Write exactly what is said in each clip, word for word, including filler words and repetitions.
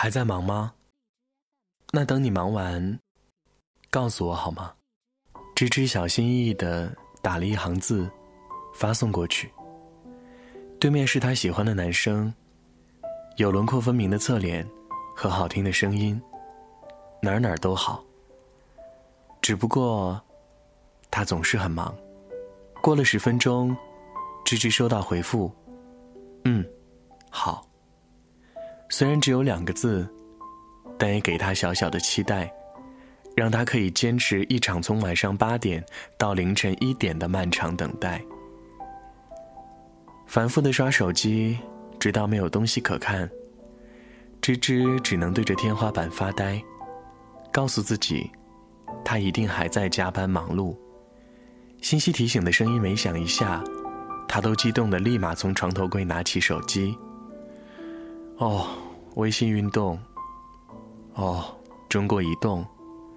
还在忙吗？那等你忙完，告诉我好吗？芝芝小心翼翼地打了一行字，发送过去。对面是他喜欢的男生，有轮廓分明的侧脸和好听的声音，哪儿哪儿都好。只不过，他总是很忙。过了十分钟，芝芝收到回复，嗯，好。虽然只有两个字，但也给他小小的期待，让他可以坚持一场从晚上八点到凌晨一点的漫长等待。反复地刷手机，直到没有东西可看，芝芝只能对着天花板发呆，告诉自己，他一定还在加班忙碌。信息提醒的声音每响一下，他都激动地立马从床头柜拿起手机。哦，微信运动，哦，中国移动，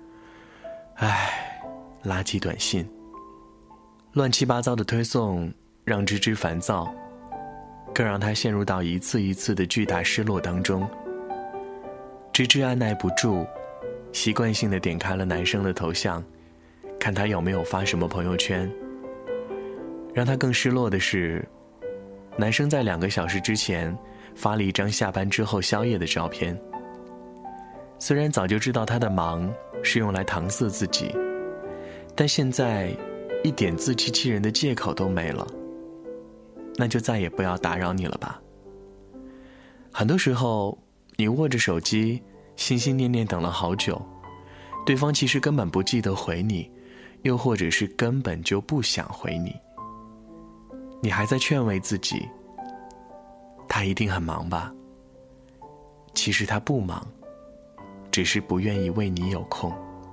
唉，垃圾短信，乱七八糟的推送让芝芝烦躁，更让她陷入到一次一次的巨大失落当中。芝芝按耐不住，习惯性地点开了男生的头像，看他有没有发什么朋友圈。让她更失落的是，男生在两个小时之前发了一张下班之后宵夜的照片。虽然早就知道他的忙是用来搪塞自己，但现在一点自欺欺人的借口都没了，那就再也不要打扰你了吧。很多时候，你握着手机，心心念念等了好久，对方其实根本不记得回你，又或者是根本就不想回你。你还在劝慰自己，他一定很忙吧？其实他不忙，只是不愿意为你有空。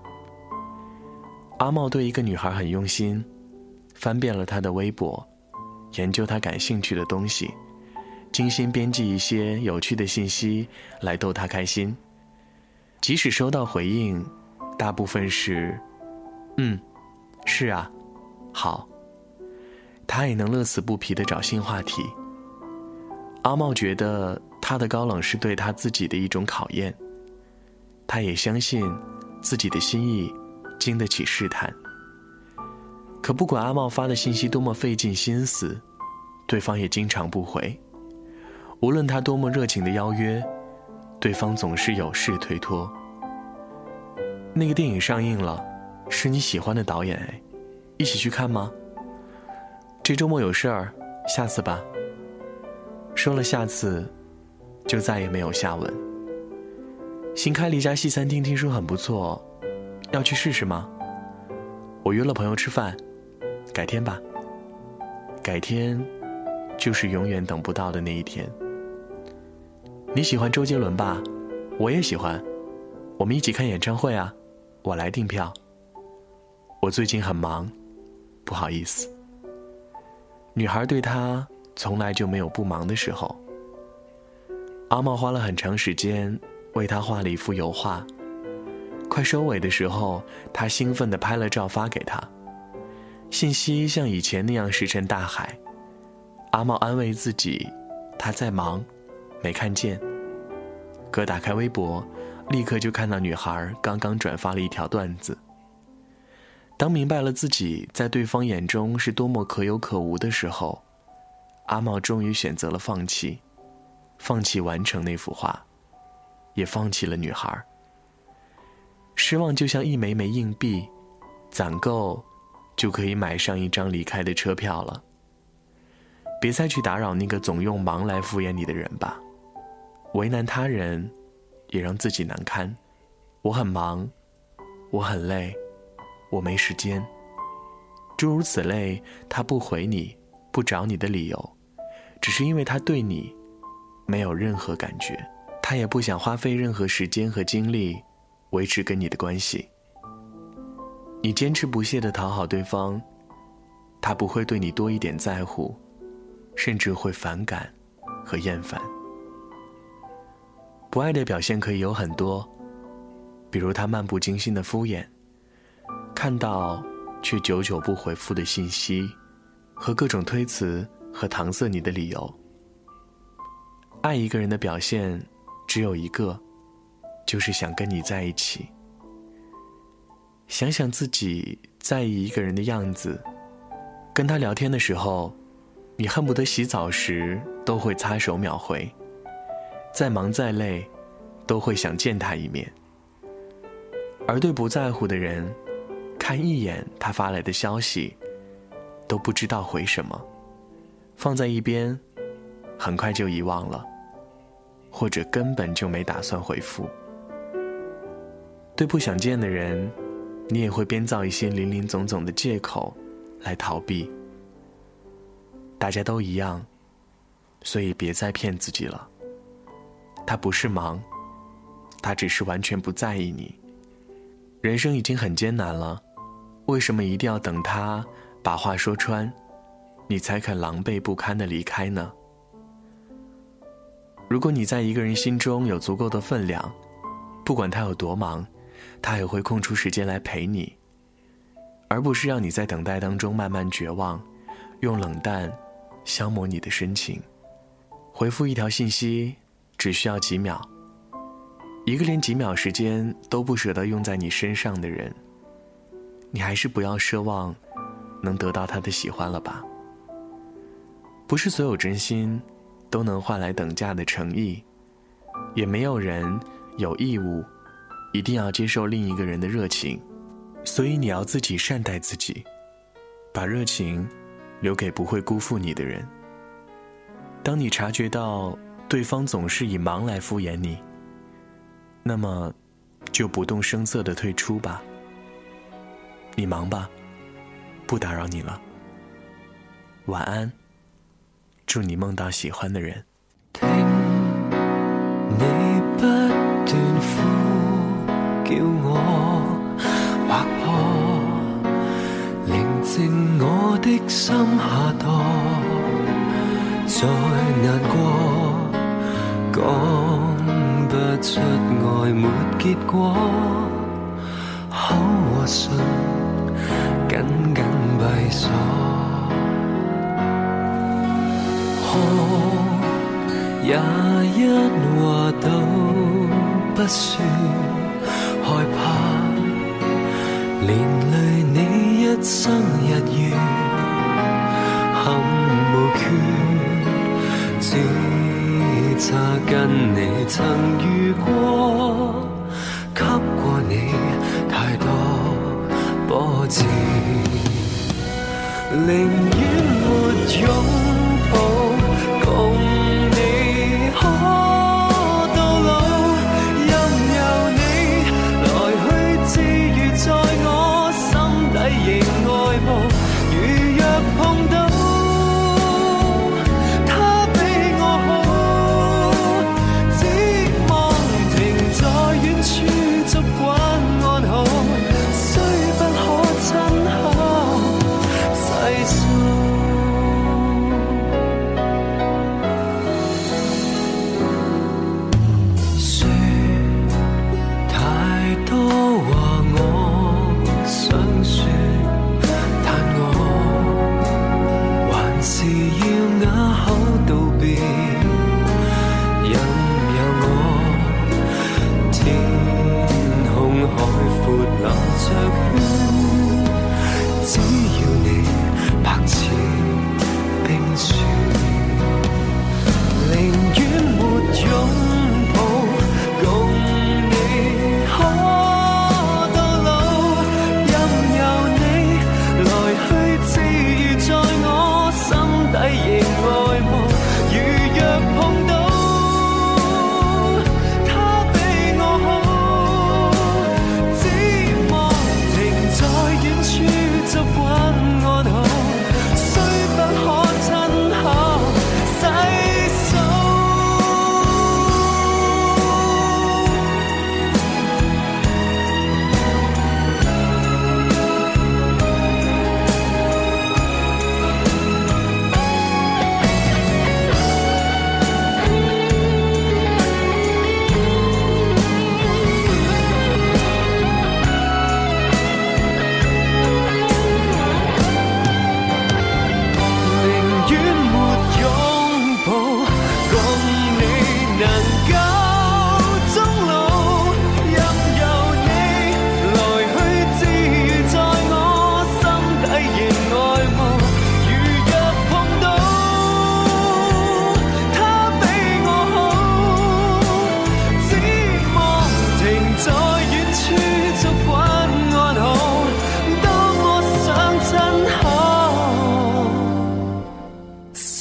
阿茂对一个女孩很用心，翻遍了她的微博，研究她感兴趣的东西，精心编辑一些有趣的信息来逗她开心。即使收到回应，大部分是嗯，是啊，好。他也能乐此不疲地找新话题。阿茂觉得他的高冷是对他自己的一种考验，他也相信自己的心意经得起试探。可不管阿茂发的信息多么费尽心思，对方也经常不回。无论他多么热情的邀约，对方总是有事推脱。那个电影上映了，是你喜欢的导演哎，一起去看吗？这周末有事儿，下次吧。说了下次，就再也没有下文。新开了一家西餐厅，听说很不错，要去试试吗？我约了朋友吃饭，改天吧。改天，就是永远等不到的那一天。你喜欢周杰伦吧？我也喜欢，我们一起看演唱会啊，我来订票。我最近很忙，不好意思。女孩对他从来就没有不忙的时候。阿茂花了很长时间为他画了一幅油画，快收尾的时候，他兴奋地拍了照发给他，信息像以前那样石沉大海。阿茂安慰自己，他在忙，没看见。可打开微博，立刻就看到女孩刚刚转发了一条段子。当明白了自己在对方眼中是多么可有可无的时候，阿茂终于选择了放弃，放弃完成那幅画，也放弃了女孩。失望就像一枚枚硬币，攒够就可以买上一张离开的车票了。别再去打扰那个总用忙来敷衍你的人吧，为难他人，也让自己难堪。我很忙，我很累，我没时间，诸如此类，他不回你，不找你的理由，只是因为他对你没有任何感觉，他也不想花费任何时间和精力维持跟你的关系。你坚持不懈地讨好对方，他不会对你多一点在乎，甚至会反感和厌烦。不爱的表现可以有很多，比如他漫不经心的敷衍，看到却久久不回复的信息，和各种推辞和搪塞你的理由。爱一个人的表现只有一个， 就是想跟你在一起。想想自己在意一个人的样子，跟他聊天的时候，你恨不得洗澡时都会擦手秒回，再忙再累都会想见他一面。而对不在乎的人，看一眼他发来的消息都不知道回什么，放在一边很快就遗忘了，或者根本就没打算回复。对不想见的人，你也会编造一些林林总总的借口来逃避。大家都一样，所以别再骗自己了。他不是忙，他只是完全不在意你。人生已经很艰难了，为什么一定要等他把话说穿，你才肯狼狈不堪地离开呢？如果你在一个人心中有足够的分量，不管他有多忙，他也会空出时间来陪你，而不是让你在等待当中慢慢绝望，用冷淡消磨你的深情。回复一条信息只需要几秒，一个连几秒时间都不舍得用在你身上的人，你还是不要奢望能得到他的喜欢了吧。不是所有真心都能换来等价的诚意，也没有人有义务一定要接受另一个人的热情，所以你要自己善待自己，把热情留给不会辜负你的人。当你察觉到对方总是以忙来敷衍你，那么就不动声色地退出吧。你忙吧，不打扰你了，晚安，祝你梦到喜欢的人。 聽你不斷呼叫我劃破，寧靜我的心下墮，再難過講不出愛沒結果，口和唇緊緊閉鎖，也一話都不說，害怕連累你一生日月，憾無缺，只差跟你曾遇過，給過你太多波折，寧願沒擁抱共你可到老，任由你來去自如，在我心底仍愛慕。如若碰到他比我好，只望停在遠處捉慣安好，雖不可親口細數。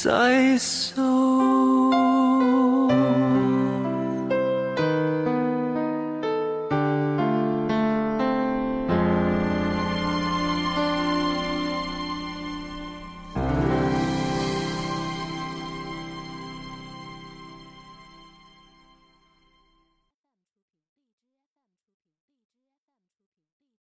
細數。